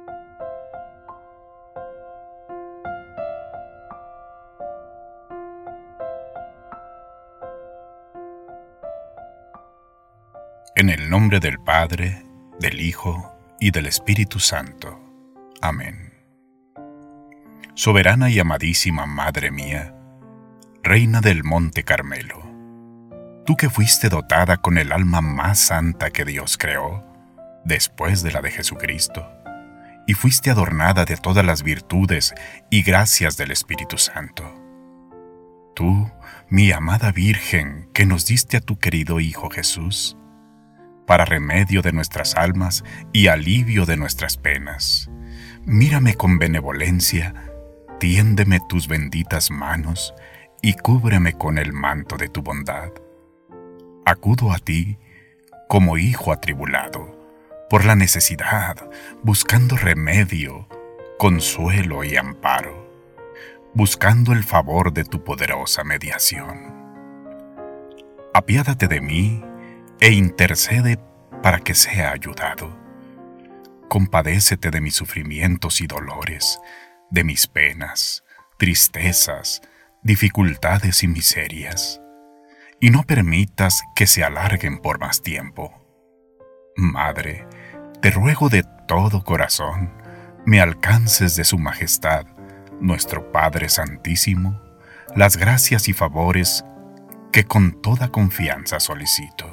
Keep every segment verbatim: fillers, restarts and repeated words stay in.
En el nombre del Padre, del Hijo y del Espíritu Santo. Amén. Soberana y amadísima Madre mía, Reina del Monte Carmelo, tú que fuiste dotada con el alma más santa que Dios creó, después de la de Jesucristo, y fuiste adornada de todas las virtudes y gracias del Espíritu Santo. Tú, mi amada Virgen, que nos diste a tu querido Hijo Jesús, para remedio de nuestras almas y alivio de nuestras penas, mírame con benevolencia, tiéndeme tus benditas manos y cúbreme con el manto de tu bondad. Acudo a ti como hijo atribulado, por la necesidad, buscando remedio, consuelo y amparo, buscando el favor de tu poderosa mediación. Apiádate de mí e intercede para que sea ayudado. Compadécete de mis sufrimientos y dolores, de mis penas, tristezas, dificultades y miserias, y no permitas que se alarguen por más tiempo. Madre, te ruego de todo corazón, me alcances de su majestad, nuestro Padre Santísimo, las gracias y favores que con toda confianza solicito.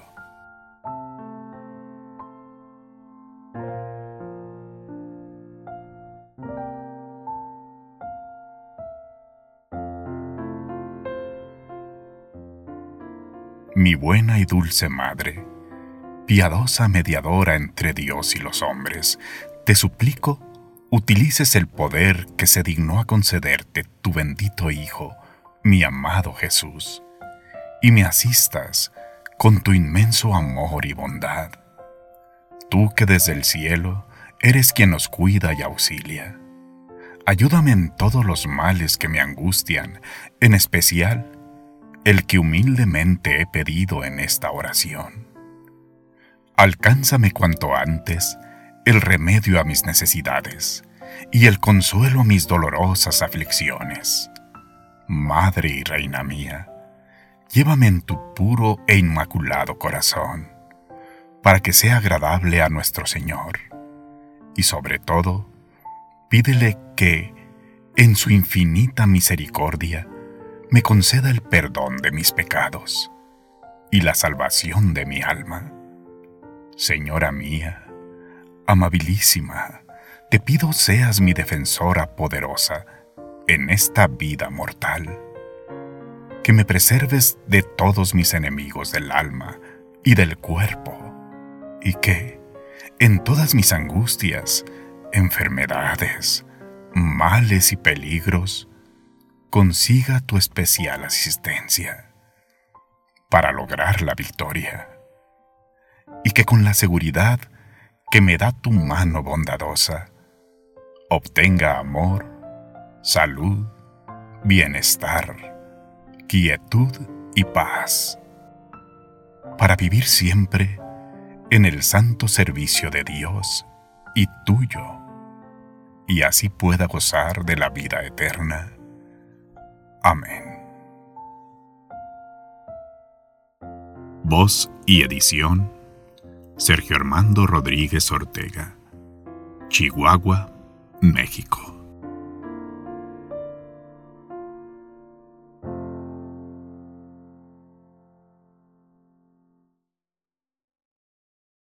Mi buena y dulce Madre, piadosa mediadora entre Dios y los hombres, te suplico, utilices el poder que se dignó a concederte tu bendito Hijo, mi amado Jesús, y me asistas con tu inmenso amor y bondad. Tú que desde el cielo eres quien nos cuida y auxilia. Ayúdame en todos los males que me angustian, en especial el que humildemente he pedido en esta oración. Alcánzame cuanto antes el remedio a mis necesidades y el consuelo a mis dolorosas aflicciones. Madre y Reina mía, llévame en tu puro e inmaculado corazón, para que sea agradable a nuestro Señor, y sobre todo, pídele que, en su infinita misericordia, me conceda el perdón de mis pecados y la salvación de mi alma. Señora mía, amabilísima, te pido seas mi defensora poderosa en esta vida mortal, que me preserves de todos mis enemigos del alma y del cuerpo, y que, en todas mis angustias, enfermedades, males y peligros, consiga tu especial asistencia para lograr la victoria, y que con la seguridad que me da tu mano bondadosa, obtenga amor, salud, bienestar, quietud y paz, para vivir siempre en el santo servicio de Dios y tuyo, y así pueda gozar de la vida eterna. Amén. Voz y edición: Sergio Armando Rodríguez Ortega, Chihuahua, México.